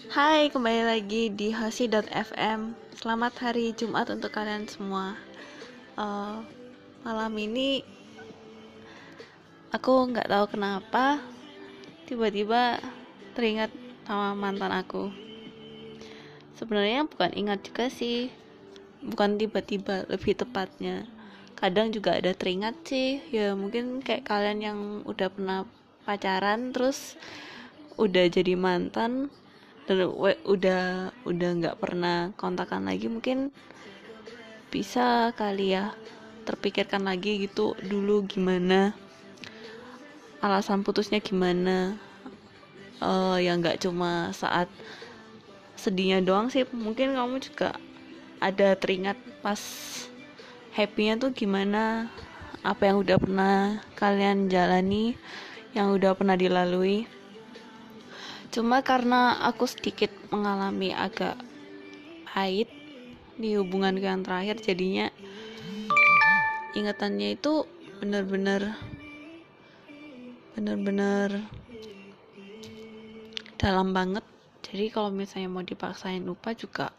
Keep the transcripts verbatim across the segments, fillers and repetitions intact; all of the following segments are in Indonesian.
Hai, kembali lagi di hosi dot f m. Selamat hari Jumat untuk kalian semua. Uh, malam ini aku nggak tahu kenapa tiba-tiba teringat sama mantan aku. Sebenarnya bukan ingat juga sih, bukan tiba-tiba, lebih tepatnya. Kadang juga ada teringat sih, ya mungkin kayak kalian yang udah pernah pacaran terus udah jadi mantan dan we, udah udah nggak pernah kontakan lagi, mungkin bisa kali ya terpikirkan lagi gitu dulu gimana, alasan putusnya gimana. Uh, ya nggak cuma saat sedihnya doang sih, mungkin kamu juga ada teringat pas happy-nya tuh gimana, apa yang udah pernah kalian jalani, yang udah pernah dilalui. Cuma karena aku sedikit mengalami agak pahit di hubungan yang terakhir, jadinya ingatannya itu benar-benar benar-benar dalam banget. Jadi kalau misalnya mau dipaksain lupa juga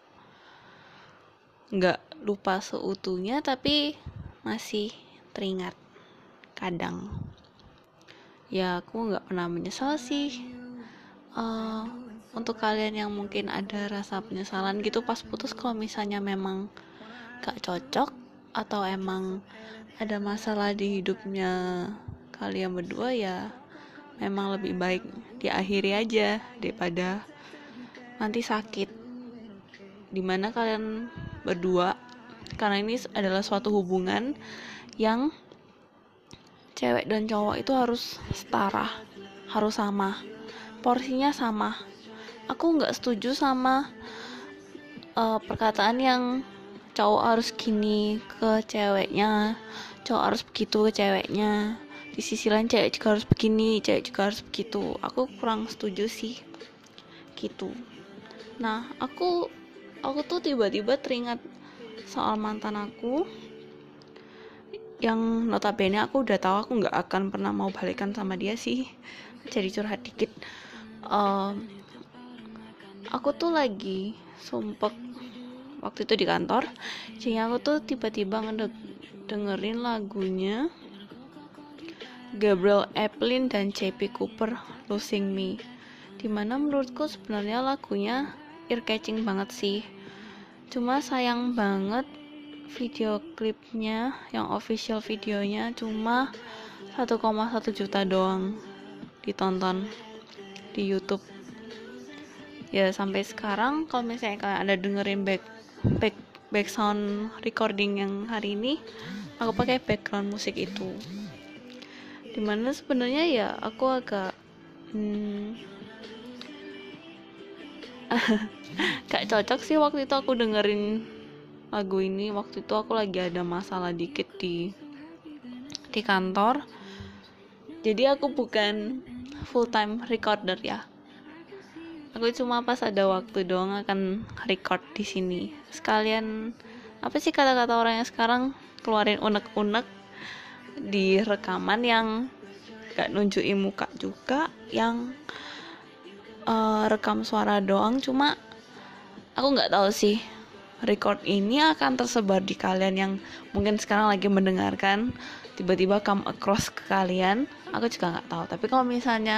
nggak lupa seutuhnya, tapi masih teringat kadang. Ya aku nggak pernah menyesal sih. Uh, untuk kalian yang mungkin ada rasa penyesalan gitu pas putus, kalau misalnya memang gak cocok atau emang ada masalah di hidupnya kalian berdua, ya memang lebih baik diakhiri aja daripada nanti sakit dimana kalian berdua, karena ini adalah suatu hubungan yang cewek dan cowok itu harus setara, harus sama, porsinya sama. Aku nggak setuju sama uh, perkataan yang cowok harus gini ke ceweknya, cowok harus begitu ke ceweknya. Di sisi lain cewek juga harus begini, cewek juga harus begitu. Aku kurang setuju sih gitu. Nah, aku aku tuh tiba-tiba teringat soal mantan aku yang notabene aku udah tahu aku nggak akan pernah mau balikan sama dia sih. Jadi curhat dikit. Um, aku tuh lagi sumpek waktu itu di kantor, jadi aku tuh tiba-tiba ngedengerin lagunya Gabriel Aplin dan J P Cooper, Losing Me, dimana menurutku sebenarnya lagunya ear catching banget sih. Cuma sayang banget video klipnya, yang official videonya cuma satu koma satu juta doang ditonton di YouTube. Ya sampai sekarang kalau misalnya kalian ada dengerin back back back sound recording yang hari ini, aku pakai background musik itu, dimana sebenarnya ya aku agak hmm, gak cocok sih waktu itu aku dengerin lagu ini. Waktu itu aku lagi ada masalah dikit di di kantor, jadi aku bukan full time recorder ya. Aku cuma pas ada waktu doang akan record di sini. Sekalian apa sih kata-kata orang yang sekarang, keluarin unek-unek di rekaman yang gak nunjukin muka juga, yang uh, rekam suara doang. Cuma aku nggak tahu sih record ini akan tersebar di kalian yang mungkin sekarang lagi mendengarkan, tiba-tiba come across ke kalian, aku juga nggak tahu. Tapi kalau misalnya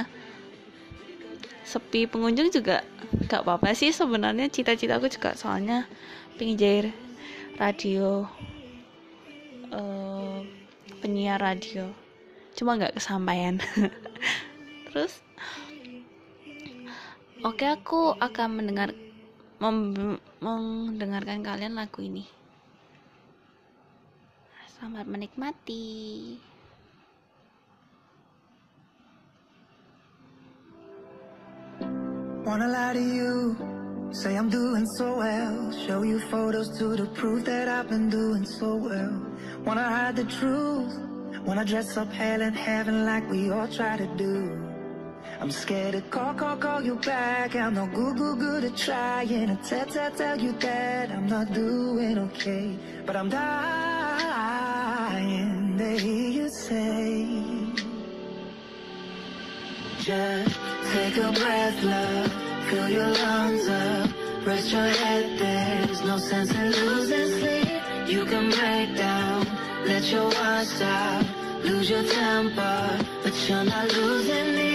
sepi pengunjung juga gak apa-apa sih sebenarnya. Cita-cita aku juga soalnya pengen jadi radio, uh, penyiar radio, cuma gak kesampaian. Terus oke, okay, aku akan mendengar mem- mendengarkan kalian lagu ini. Selamat menikmati. Wanna lie to you, say I'm doing so well, show you photos to the proof that I've been doing so well. Wanna hide the truth, wanna dress up hell and heaven like we all try to do. I'm scared to call, call, call you back, I'm no good, good, good at trying to tell, tell, tell you that I'm not doing okay. But I'm dying to hear you say, just take a breath, love, fill your lungs Rest your head, there's no sense in losing sleep. You can break down, let your walls out, lose your temper, but you're not losing me.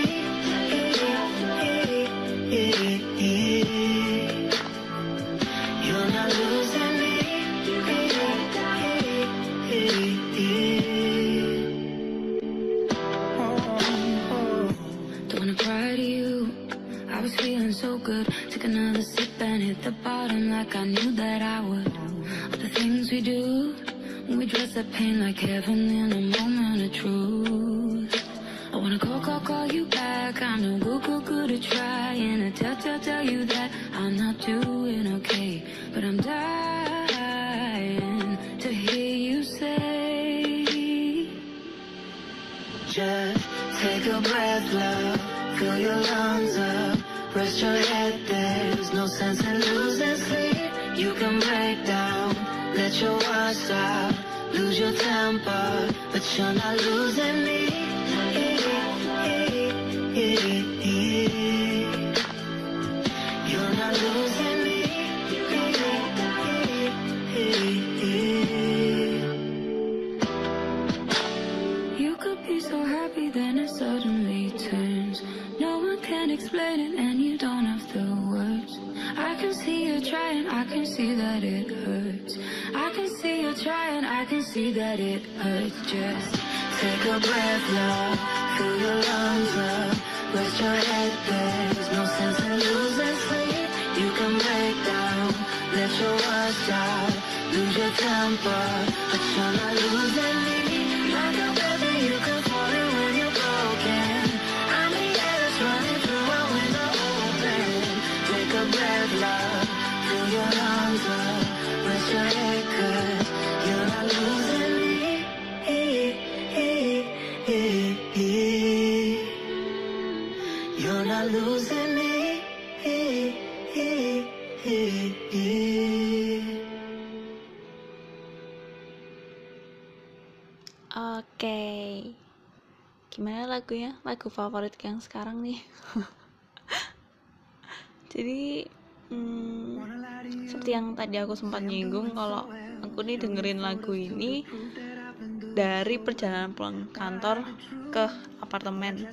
You're not losing me. Don't wanna cry to you, I was feeling so good. Took another sip and hit the bottom like I knew that I would. All the things we do, we dress up pain like heaven in a moment of truth. I wanna call, call, call you back. I know good, good, good to try. And I tell, tell, tell you that I'm not doing okay. But I'm dying to hear you say, just take a breath, love. Fill your lungs up. Rest your head, there's no sense in losing sleep. You can break down, let your walls out, lose your temper, but you're not losing me. You're not losing me. You could be so happy, then it suddenly turns. No one can explain it, and you don't have the words. I can see you trying, I can see that it hurts. I can see you trying, I can see that it hurts. Just take a breath, love. Fill your lungs up. Rest your head, there's no sense in losing sleep. You can break down, let your walls down, lose your temper, but you're not losing me. Like a feather you can fall in when you're broken. I'm the air that's running through our window open. Take a breath, love. Fill your lungs up. Rest your head, cause you're not losing me. You're not losing me. Oke, gimana lagunya? Lagu favorit yang sekarang nih. Jadi hmm, seperti yang tadi aku sempat nyinggung, kalau aku nih dengerin lagu ini dari perjalanan pulang kantor ke apartemen.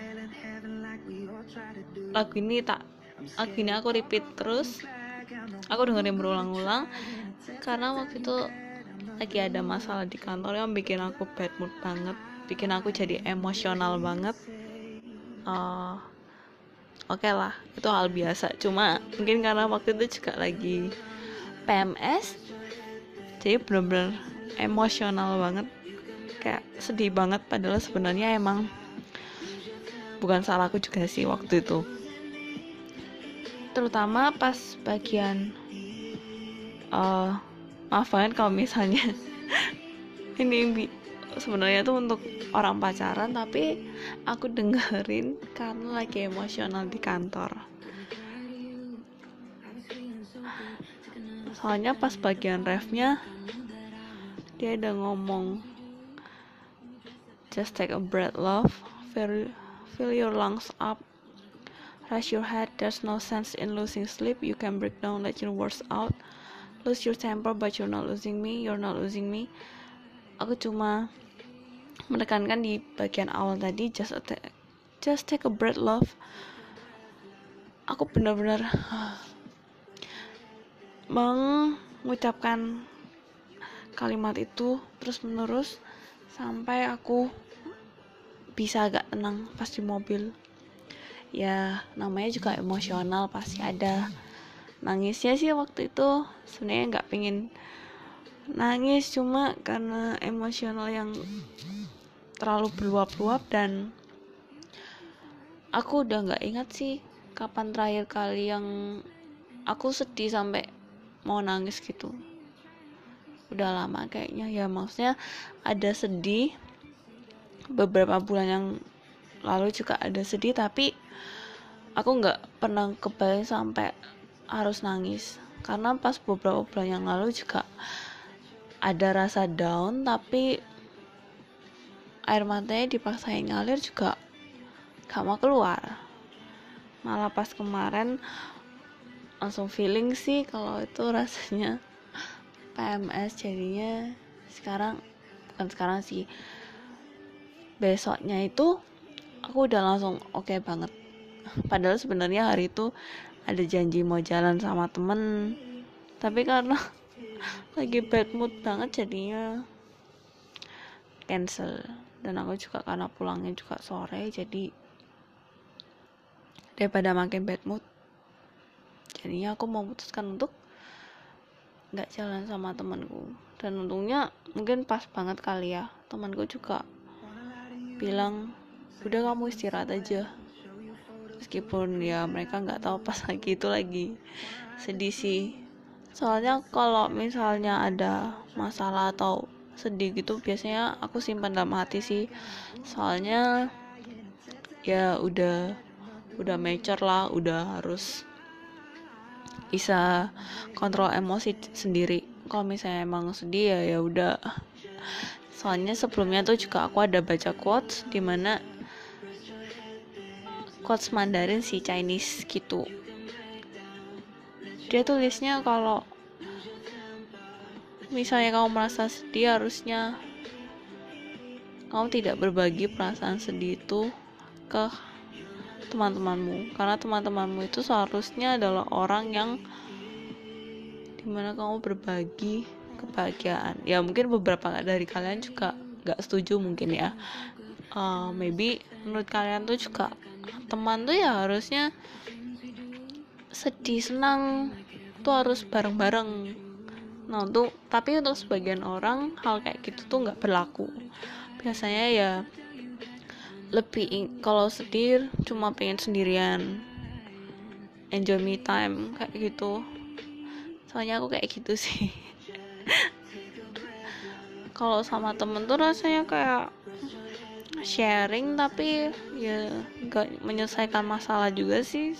Lagu ini tak, lagu ini aku repeat terus. Aku dengerin berulang-ulang karena waktu itu lagi ada masalah di kantor yang bikin aku bad mood banget, bikin aku jadi emosional banget. Uh, Oke okay lah, itu hal biasa. Cuma mungkin karena waktu itu juga lagi P M S, jadi bener-bener emosional banget, kayak sedih banget. Padahal sebenarnya emang bukan salahku juga sih waktu itu. Terutama pas bagian uh, maaf banget kalau misalnya ini sebenarnya tuh untuk orang pacaran, tapi aku dengerin karena lagi emosional di kantor. Soalnya pas bagian refnya dia ada ngomong, just take a breath, love, fill, fill your lungs up, rest your head, there's no sense in losing sleep. You can break down, let your words out, lose your temper, but you're not losing me. You're not losing me. Aku cuma menekankan di bagian awal tadi, just a t- just take a breath, love. Aku benar-benar mengucapkan kalimat itu terus menerus sampai aku bisa agak tenang pas di mobil. Ya namanya juga emosional, pasti ada nangisnya sih waktu itu. Sebenarnya nggak pengen nangis, cuma karena emosional yang terlalu berluap-luap, dan aku udah nggak ingat sih kapan terakhir kali yang aku sedih sampai mau nangis gitu. Udah lama kayaknya ya, maksudnya ada sedih beberapa bulan yang lalu juga ada sedih, tapi aku nggak pernah kebayang sampai harus nangis. Karena pas beberapa bulan yang lalu juga ada rasa down, tapi air matanya dipaksain ngalir juga gak mau keluar. Malah pas kemarin langsung feeling sih kalau itu rasanya P M S. Jadinya sekarang, bukan sekarang sih, besoknya itu aku udah langsung oke okay banget. Padahal sebenarnya hari itu ada janji mau jalan sama temen, tapi karena lagi bad mood banget jadinya cancel. Dan aku juga karena pulangnya juga sore, jadi daripada makin bad mood, jadinya aku memutuskan untuk gak jalan sama temanku. Dan untungnya mungkin pas banget kali ya, temanku juga bilang udah kamu istirahat aja, meskipun ya mereka gak tahu pas lagi itu lagi sedih sih. Soalnya kalau misalnya ada masalah atau sedih gitu biasanya aku simpan dalam hati sih, soalnya ya udah udah mature lah, udah harus bisa kontrol emosi sendiri. Kalau misalnya emang sedih ya ya udah. Soalnya sebelumnya tuh juga aku ada baca quotes, dimana quotes Mandarin sih, Chinese gitu. Dia tulisnya kalau misalnya kamu merasa sedih, harusnya kamu tidak berbagi perasaan sedih itu ke teman-temanmu, karena teman-temanmu itu seharusnya adalah orang yang dimana kamu berbagi kebahagiaan. Ya mungkin beberapa dari kalian juga gak setuju mungkin ya, uh, maybe menurut kalian tuh juga teman tuh ya harusnya sedih senang tuh harus bareng-bareng. Nah untuk tapi untuk sebagian orang hal kayak gitu tuh nggak berlaku. Biasanya ya lebih kalau sedih cuma pengen sendirian, enjoy me time kayak gitu. Soalnya aku kayak gitu sih. Kalau sama temen tuh rasanya kayak sharing, tapi ya nggak menyelesaikan masalah juga sih.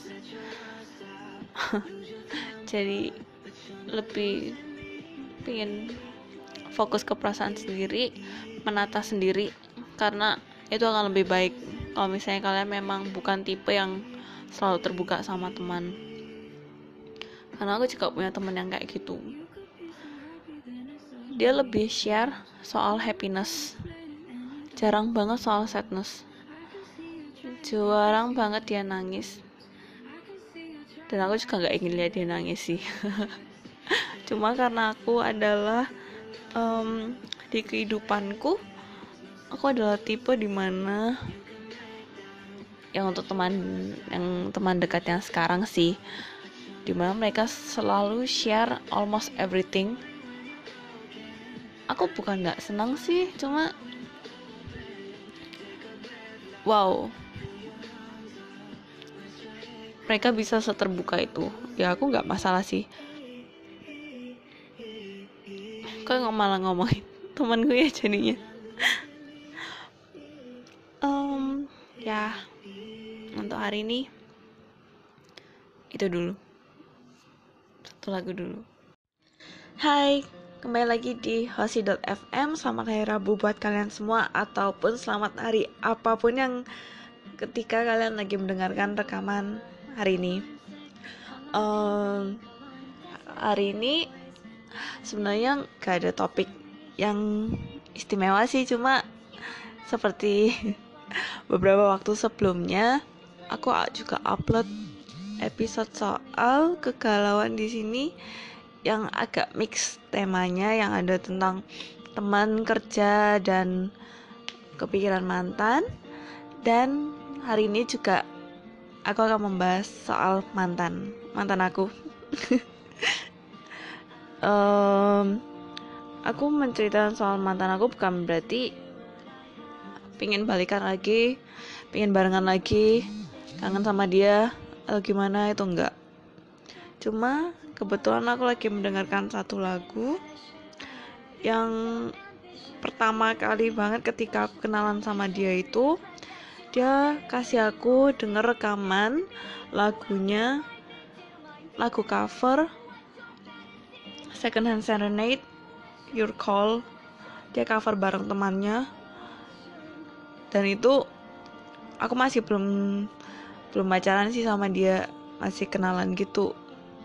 Jadi lebih pengen fokus ke perasaan sendiri, menata sendiri, karena itu akan lebih baik kalau misalnya kalian memang bukan tipe yang selalu terbuka sama teman. Karena aku juga punya teman yang kayak gitu, dia lebih share soal happiness, jarang banget soal sadness, jarang banget dia nangis. Dan aku juga gak ingin lihat dia nangis sih. Cuma karena aku adalah um, di kehidupanku aku adalah tipe dimana yang untuk teman yang teman dekat yang sekarang sih, dimana mereka selalu share almost everything. Aku bukan gak senang sih, cuma wow, mereka bisa seterbuka itu. Ya aku gak masalah sih. Kok malah ngomongin teman gue ya jadinya. um, ya untuk hari ini itu dulu, satu lagu dulu. Hai, kembali lagi di hosi dot f m. Selamat hari Rabu buat kalian semua, ataupun selamat hari apapun yang ketika kalian lagi mendengarkan rekaman hari ini. um, Hari ini sebenarnya gak ada topik yang istimewa sih, cuma seperti beberapa waktu sebelumnya aku juga upload episode soal kegalauan di sini yang agak mix temanya, yang ada tentang teman, kerja, dan kepikiran mantan. Dan hari ini juga aku akan membahas soal mantan mantan aku. um, aku menceritakan soal mantan aku bukan berarti pengen balikan lagi, pengen barengan lagi, kangen sama dia atau gimana, itu enggak. Cuma kebetulan aku lagi mendengarkan satu lagu yang pertama kali banget ketika aku kenalan sama dia itu, dia kasih aku denger rekaman lagunya, lagu cover Second Hand Serenade, Your Call. Dia cover bareng temannya, dan itu aku masih belum belum pacaran sih sama dia, masih kenalan gitu.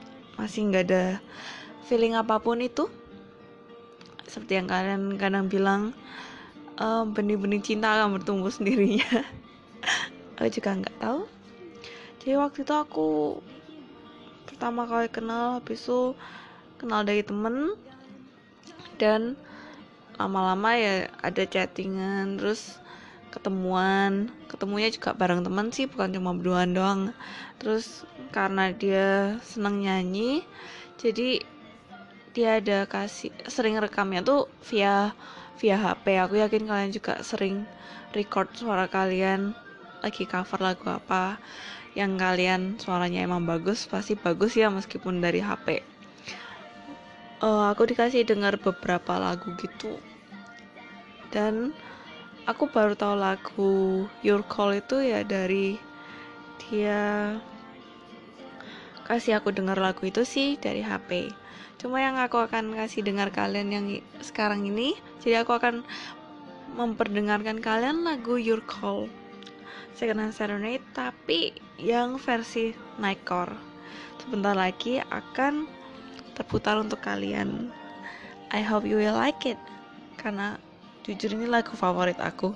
masih nggak ada feeling apapun itu. Seperti yang kalian kadang bilang, uh, benih-benih cinta akan bertumbuh sendirinya. Aku juga nggak tahu. Jadi waktu itu aku pertama kali kenal, habis itu kenal dari temen, dan lama-lama ya ada chattingan, terus ketemuan ketemunya juga bareng teman sih, bukan cuma berduaan doang. Terus karena dia seneng nyanyi, jadi dia ada kasih sering rekamnya tuh via via H P. Aku yakin kalian juga sering record suara kalian lagi cover lagu apa yang kalian suaranya emang bagus, pasti bagus ya meskipun dari H P. Uh, aku dikasih dengar beberapa lagu gitu, dan aku baru tahu lagu Your Call itu ya dari dia kasih aku dengar lagu itu sih dari H P. Cuma yang aku akan kasih dengar kalian yang sekarang ini, jadi aku akan memperdengarkan kalian lagu Your Call Second Hand Serenade, tapi yang versi Nightcore. Sebentar lagi akan terputar untuk kalian. I hope you will like it, karena jujur ini lagu favorit aku.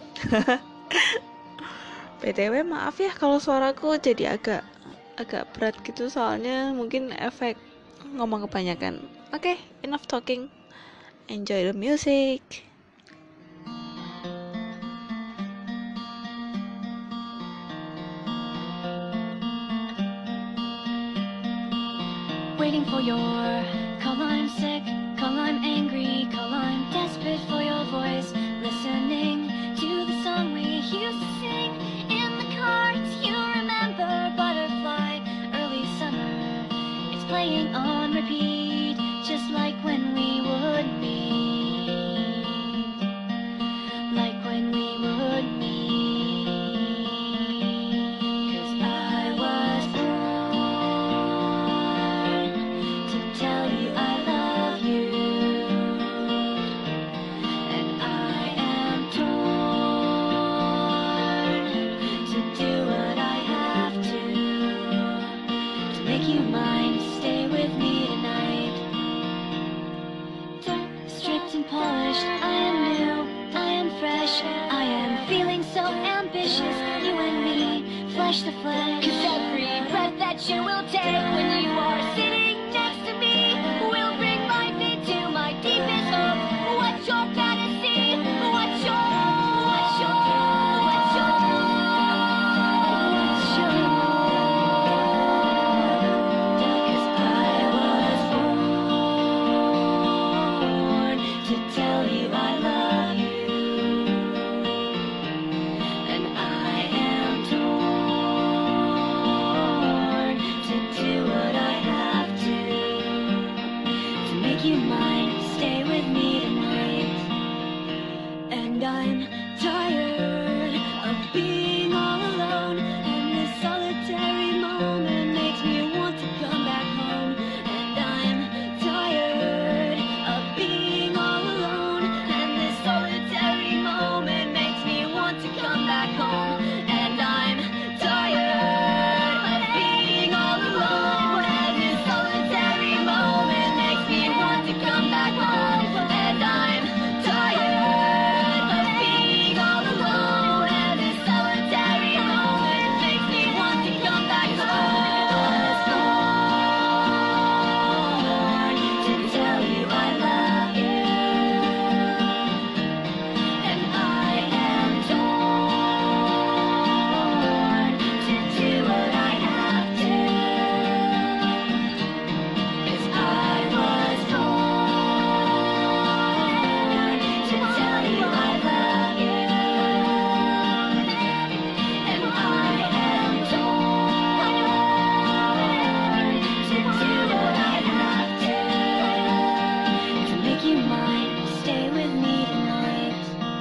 B T W maaf ya kalau suaraku jadi agak agak berat gitu, soalnya mungkin efek ngomong kebanyakan. Oke, okay, enough talking. Enjoy the music. Waiting for your call, I'm sick, call, I'm angry, call, I'm desperate for your voice. Listening to the song we used to sing in the car. Do you remember Butterfly, early summer? It's playing on repeat, just like when we would meet, like when we would meet. Flesh to flesh, 'cause every breath that you will take when you are sitting next to me will bring life into my deepest hope. What's your fantasy? What's your, what's your, what's your, what's your? 'Cause I was born to tell you I love you, and I am torn you mine, stay with me tonight. And I'm tired of being all alone, and this solitary moment makes me want to come back home. And I'm tired of being all alone, and this solitary moment makes me want to come back home. And I'm tired of being all alone, and this solitary moment makes me want to come back home. And I'm tired of being all alone, and this solitary moment makes me want to come back home. To tell you I love you, and I am torn to do what I have to, 'cause I was born to tell you I love you, and I am torn to do what I have to, to make you mine, stay with me tonight.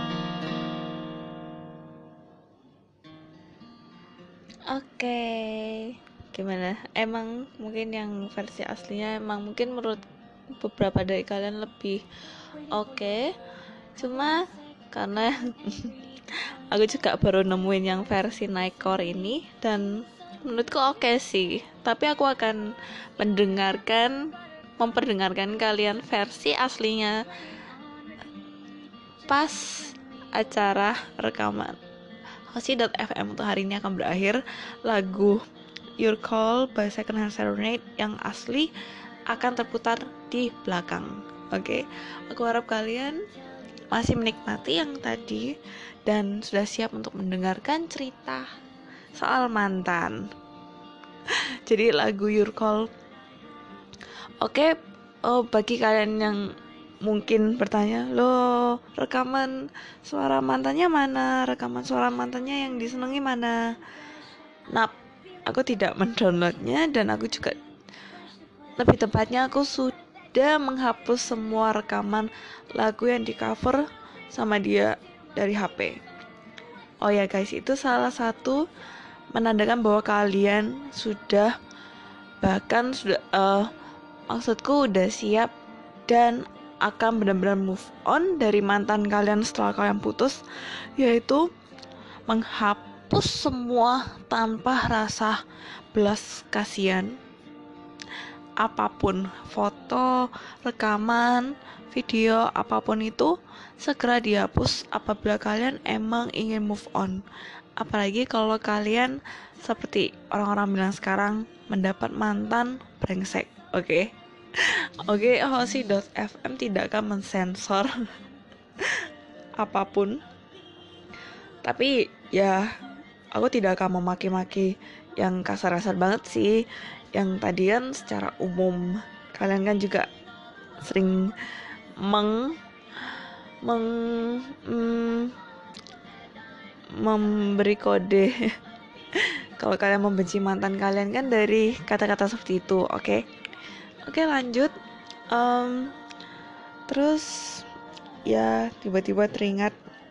Oke, gimana? Emang mungkin yang versi aslinya emang mungkin menurut beberapa dari kalian lebih oke. Cuma karena aku juga baru nemuin yang versi Nightcore ini, dan menurutku oke sih, tapi aku akan mendengarkan memperdengarkan kalian versi aslinya pas acara rekaman Hoshi dot F M untuk hari ini akan berakhir. Lagu Your Call by Second Hand Serenade yang asli akan terputar di belakang. Oke, okay? Aku harap kalian masih menikmati yang tadi dan sudah siap untuk mendengarkan cerita soal mantan. Jadi lagu Your Call. Oke, okay, oh, bagi kalian yang mungkin bertanya, loh rekaman suara mantannya mana? Rekaman suara mantannya yang disenangi mana? Nah, aku tidak mendownloadnya dan aku juga lebih tepatnya aku sudah menghapus semua rekaman lagu yang di cover sama dia dari H P. Oh ya guys, itu salah satu menandakan bahwa kalian sudah bahkan sudah uh, maksudku udah siap dan akan benar-benar move on dari mantan kalian setelah kalian putus, yaitu menghapus semua tanpa rasa belas kasihan apapun, foto, rekaman, video, apapun itu segera dihapus apabila kalian emang ingin move on. Apalagi kalau kalian seperti orang-orang bilang sekarang mendapat mantan brengsek, oke? Okay? Oke, okay, Hoshi dot F M tidak akan mensensor apapun. Tapi ya, aku tidak akan memaki-maki yang kasar-kasar banget sih. Yang tadi kan secara umum kalian kan juga sering meng meng mm, memberi kode kalau kalian membenci mantan kalian kan dari kata-kata seperti itu, oke? Okay? Oke, lanjut. Um, terus ya tiba-tiba teringat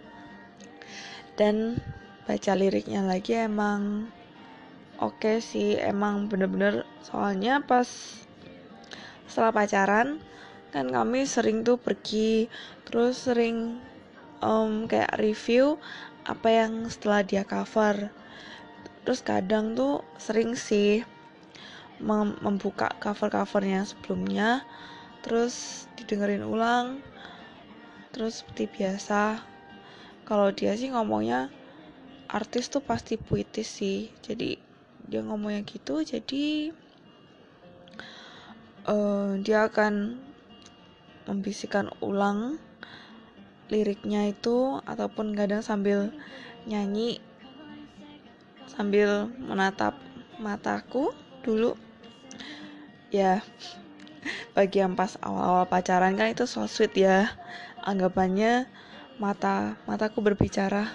dan baca liriknya lagi, emang oke okay sih, emang bener-bener. Soalnya pas setelah pacaran kan kami sering tuh pergi, terus sering um, kayak review apa yang setelah dia cover. Terus kadang tuh sering sih mem- membuka cover-covernya sebelumnya, terus didengerin ulang. Terus seperti biasa, kalau dia sih ngomongnya artis tuh pasti puitis sih, jadi dia ngomongnya gitu, jadi uh, dia akan membisikkan ulang liriknya itu, ataupun kadang sambil nyanyi sambil menatap mataku dulu ya. Bagi yang pas awal-awal pacaran kan itu so sweet ya, anggapannya mata mataku berbicara,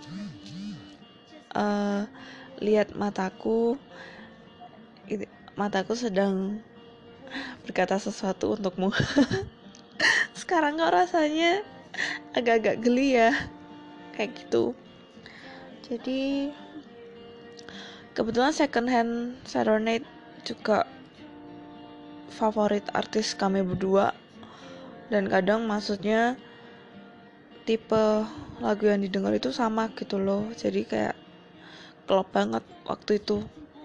uh, lihat mataku mataku sedang berkata sesuatu untukmu. Sekarang kok rasanya agak-agak geli ya kayak gitu. Jadi kebetulan Second Hand Serenade juga favorit artis kami berdua, dan kadang maksudnya tipe lagu yang didengar itu sama gitu loh, jadi kayak klop banget waktu itu.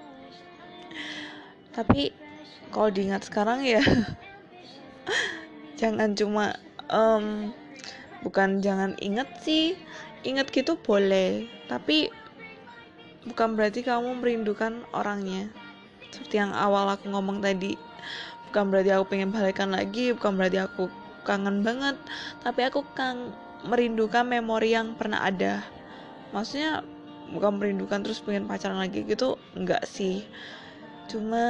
Tapi kalau diingat sekarang ya jangan cuma um, bukan jangan inget sih, inget gitu boleh, tapi bukan berarti kamu merindukan orangnya. Seperti yang awal aku ngomong tadi, bukan berarti aku pengen balikan lagi, bukan berarti aku kangen banget, tapi aku kan merindukan memori yang pernah ada. Maksudnya bukan merindukan terus pengen pacaran lagi gitu, enggak sih, cuma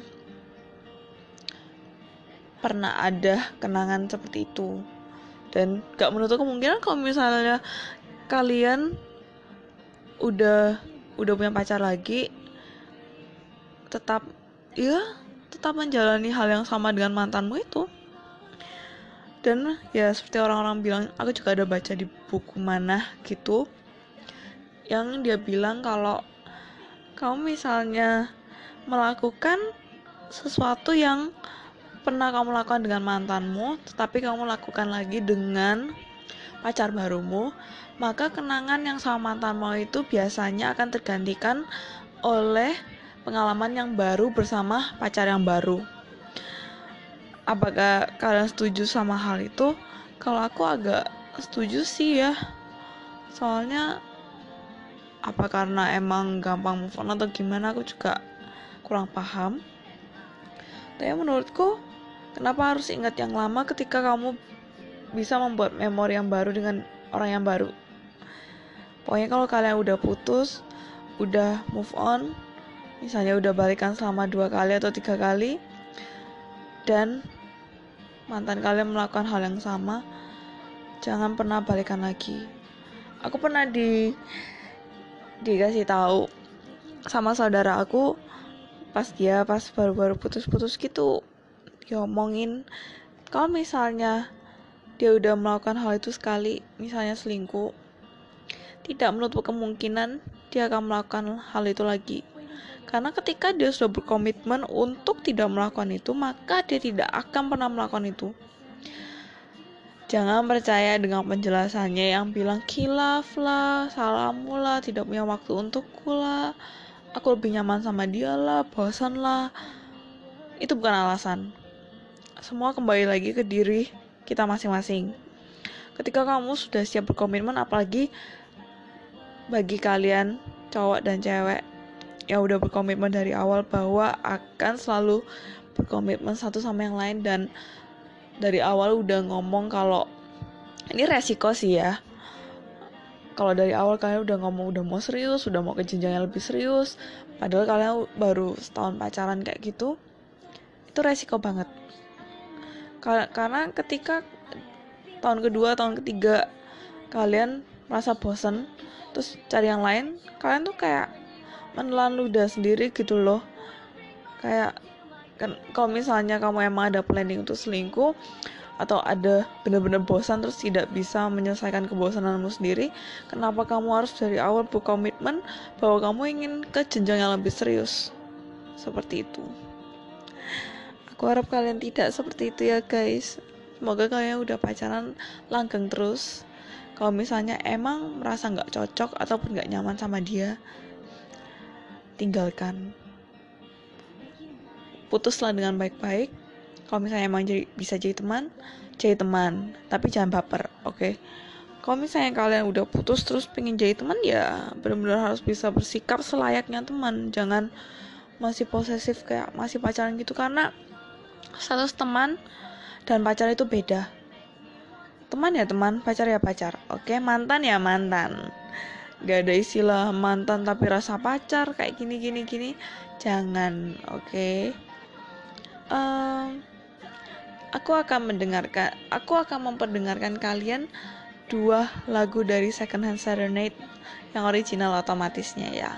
pernah ada kenangan seperti itu. Dan gak menutup kemungkinan kalau misalnya kalian udah udah punya pacar lagi, tetap ya tetap menjalani hal yang sama dengan mantanmu itu. Dan ya seperti orang-orang bilang, aku juga ada baca di buku mana gitu, yang dia bilang kalau kamu misalnya melakukan sesuatu yang pernah kamu lakukan dengan mantanmu, tetapi kamu lakukan lagi dengan pacar barumu, maka kenangan yang sama mantanmu itu biasanya akan tergantikan oleh pengalaman yang baru bersama pacar yang baru. Apakah kalian setuju sama hal itu? Kalau aku agak setuju sih ya. Soalnya apa karena emang gampang move on atau gimana, aku juga kurang paham. Tapi menurutku, kenapa harus ingat yang lama ketika kamu bisa membuat memori yang baru dengan orang yang baru? Pokoknya kalau kalian udah putus, udah move on, misalnya udah balikan selama dua kali atau tiga kali, dan mantan kalian melakukan hal yang sama, jangan pernah balikan lagi. Aku pernah di dikasih tahu sama saudara aku pas dia pas baru-baru putus-putus gitu, dia ngomongin kalau misalnya dia udah melakukan hal itu sekali, misalnya selingkuh, tidak menutup kemungkinan dia akan melakukan hal itu lagi. Karena ketika dia sudah berkomitmen untuk tidak melakukan itu, maka dia tidak akan pernah melakukan itu. Jangan percaya dengan penjelasannya yang bilang khilaf lah, salahmu lah, tidak punya waktu untukku lah, aku lebih nyaman sama dia lah, bosan lah. Itu bukan alasan. Semua kembali lagi ke diri kita masing-masing. Ketika kamu sudah siap berkomitmen, apalagi bagi kalian cowok dan cewek yang udah berkomitmen dari awal bahwa akan selalu berkomitmen satu sama yang lain, dan dari awal udah ngomong kalau ini resiko sih ya. Kalau dari awal kalian udah ngomong udah mau serius, udah mau ke jenjang yang lebih serius, padahal kalian baru setahun pacaran kayak gitu, itu resiko banget. Karena ketika tahun kedua, tahun ketiga kalian merasa bosan, terus cari yang lain, kalian tuh kayak menelan ludah sendiri gitu loh. Kayak kan, kalau misalnya kamu emang ada planning untuk selingkuh atau ada benar-benar bosan terus tidak bisa menyelesaikan kebosananmu sendiri, kenapa kamu harus dari awal berkomitmen bahwa kamu ingin ke jenjang yang lebih serius? Seperti itu. Aku harap kalian tidak seperti itu ya guys. Semoga kalian udah pacaran langgeng terus. Kalau misalnya emang merasa gak cocok ataupun gak nyaman sama dia, tinggalkan. Putuslah dengan baik-baik. Kalau misalnya emang jadi, bisa jadi teman, jadi teman, tapi jangan baper, oke? Okay? Kalau misalnya kalian udah putus terus pengen jadi teman, ya benar-benar harus bisa bersikap selayaknya teman. Jangan masih posesif kayak masih pacaran gitu, karena status teman dan pacar itu beda. Teman ya teman, pacar ya pacar, oke? Okay? Mantan ya mantan. Gak ada istilah mantan tapi rasa pacar kayak gini gini gini, jangan, oke? Okay? Um, aku akan mendengarkan, aku akan memperdengarkan kalian dua lagu dari Second Hand Serenade yang original otomatisnya ya.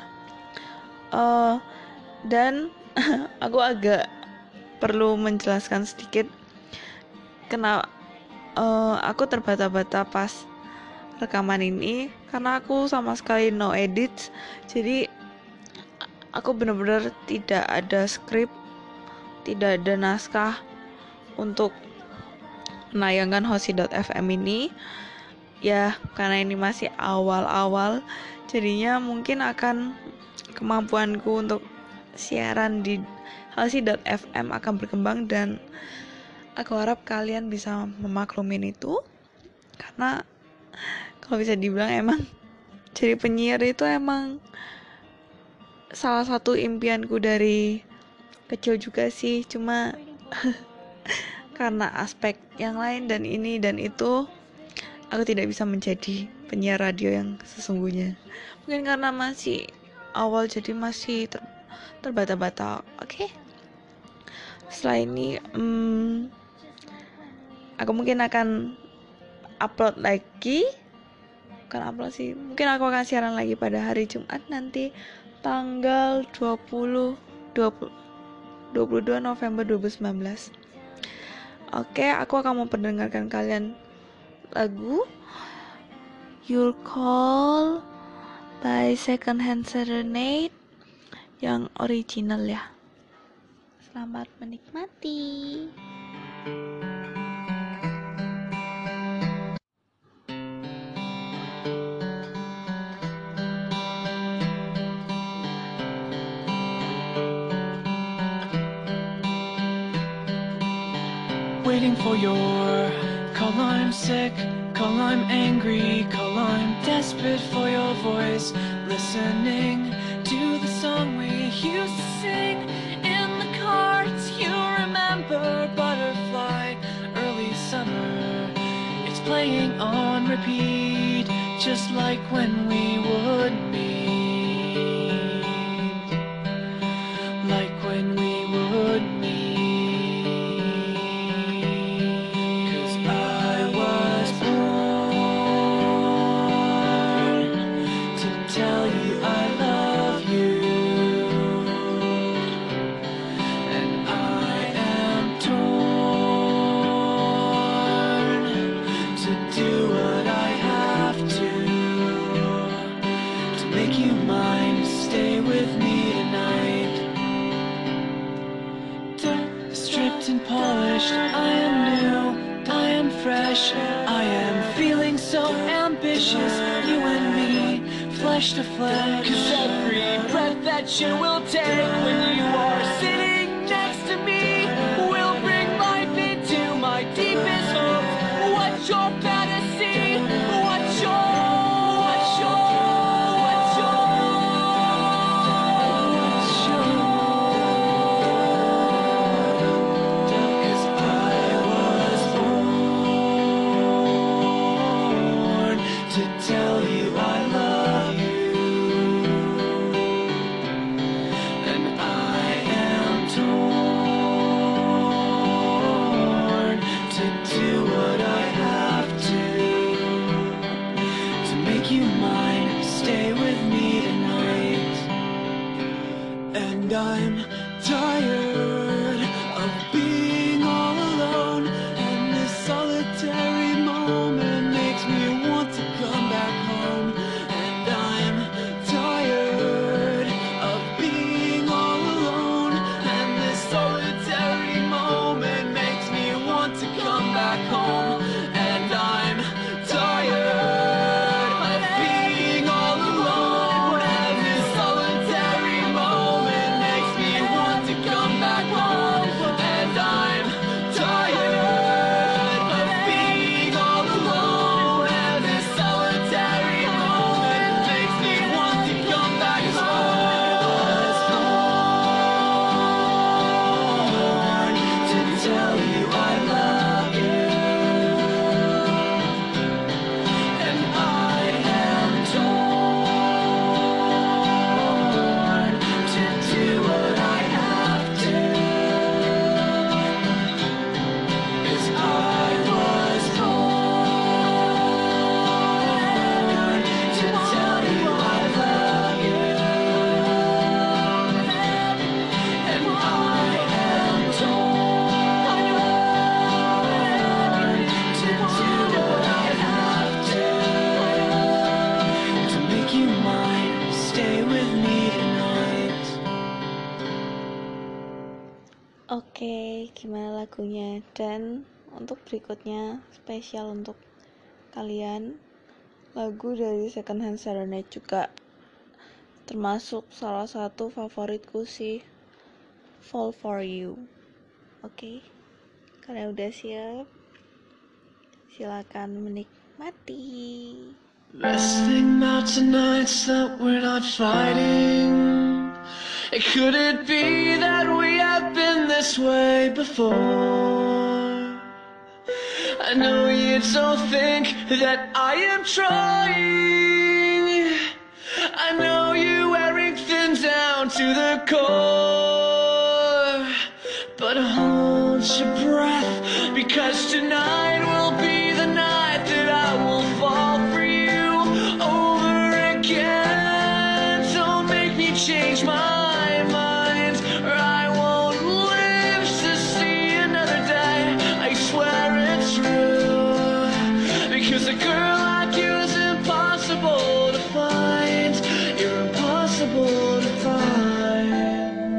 Uh, dan aku agak perlu menjelaskan sedikit kenapa uh, aku terbata-bata pas rekaman ini, karena aku sama sekali no edit. Jadi aku benar-benar tidak ada skrip, tidak ada naskah untuk menayangkan Hoshi dot f m ini ya, karena ini masih awal-awal, jadinya mungkin akan kemampuanku untuk siaran di Hoshi dot f m akan berkembang, dan aku harap kalian bisa memaklumin itu, karena kalau bisa dibilang emang jadi penyiar itu emang salah satu impianku dari kecil juga sih, cuma karena aspek yang lain dan ini dan itu, aku tidak bisa menjadi penyiar radio yang sesungguhnya. Mungkin karena masih awal, jadi masih ter- terbata-bata. Oke. Okay? Setelah ini, hmm, aku mungkin akan upload lagi. Bukan upload sih. Mungkin aku akan siaran lagi pada hari Jumat nanti, tanggal dua puluh, dua puluh, dua puluh dua November dua ribu sembilan belas. Oke, okay, aku akan memperdengarkan kalian lagu Your Call by Second Hand Serenade yang original ya. Selamat menikmati. waiting for your call. I'm sick, call I'm angry, call I'm desperate for your voice. Listening to the song we used to sing in the car. Do you remember Butterfly, early summer? It's playing on repeat, just like when we would meet, like when we would meet. Cause I was born to tell you I love you, and I am torn to do what I have to to make you mine. Stay with me tonight. Stripped and polished, I am new, I am fresh, I am feeling so ambitious. You and me, flesh to flesh. Cause every breath that you will take when you are sitting next to me will bring life into my deepest hope. What's your fantasy? What's your, what's your, what's your, what's your? Cause I was born to tell you I love you, and I am torn to do what I have to to make you mine. Stay with me tonight. And I'm tired of being all alone, and this solitary moment makes me want to come back home. And I'm tired of being all alone, and this solitary moment makes me want to come back home. And I'm tired of being all alone, and this solitary moment makes me want to come back home. And I'm tired of being all alone, and this solitary moment makes me want to come back home. To tell you I love you, and I am torn to do what I have to. Cause I was born to tell you I love you, and I am torn to do what I have to to make you mine. Stay with me tonight. Oke, gimana lagunya? Dan untuk berikutnya spesial untuk kalian, lagu dari Second Hand Serenade juga termasuk salah satu favoritku sih, Fall For You. Oke, kalian udah siap? Silakan menikmati. Resting mountain nights that we're not fighting. Could it be that we have been this way before? I know you don't think that I am trying. I know you wearing thin down to the core, but hold your breath, because tonight will be the night that I will fall for you over again. Don't make me change my mind, or I won't live to see another day. I swear it's true, because a girl like you is impossible to find. You're impossible to find.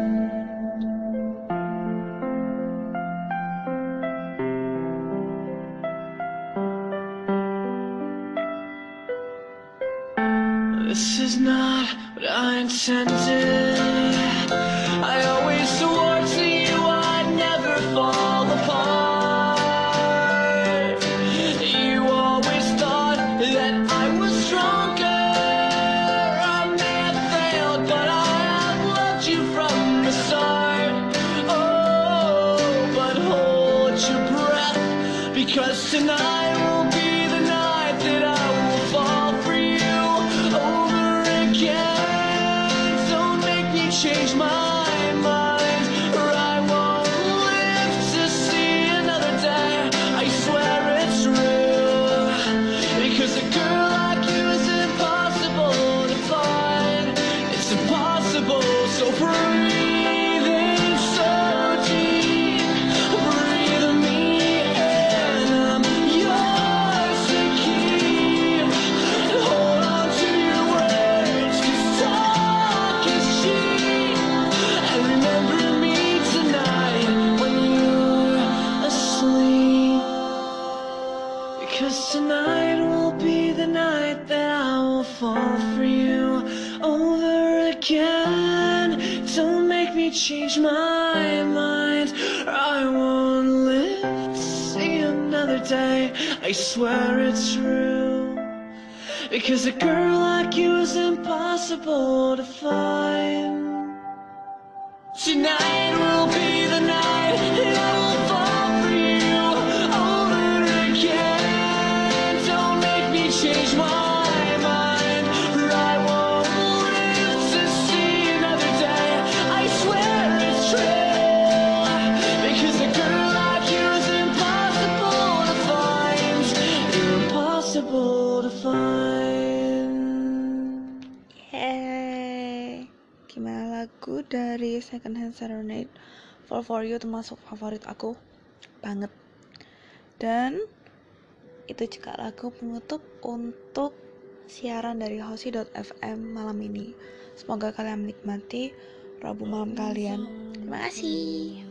This is not what I intended. I always swore to you I'd never fall apart. Because tonight will be the night that I will fall for you over again. Don't make me change my mind, or I won't live to see another day. I swear it's real. Because a girl like you is impossible to find. It's impossible, so breathe in so deep. Breathe me in. I'm yours to keep. Hold on to your words, 'cause talk is cheap. And remember me tonight when you're asleep. Because tonight will be the night that I will fall for you over again. Don't make me change my mind, or I won't live to see another day. I swear it's true. Because a girl like you is impossible to find. Tonight will be the night that I will fall for you over again. Don't make me change my mind, or I won't live to see another day. I swear it's true. Because a girl like you is impossible to find. You're impossible to find. Yeay, gimana lagu dari Second Hand Serenade? Fall for You termasuk favorit aku banget. Dan itu juga lagu penutup untuk siaran dari hoshi dot f m malam ini. Semoga kalian menikmati Rabu malam kalian. Terima kasih.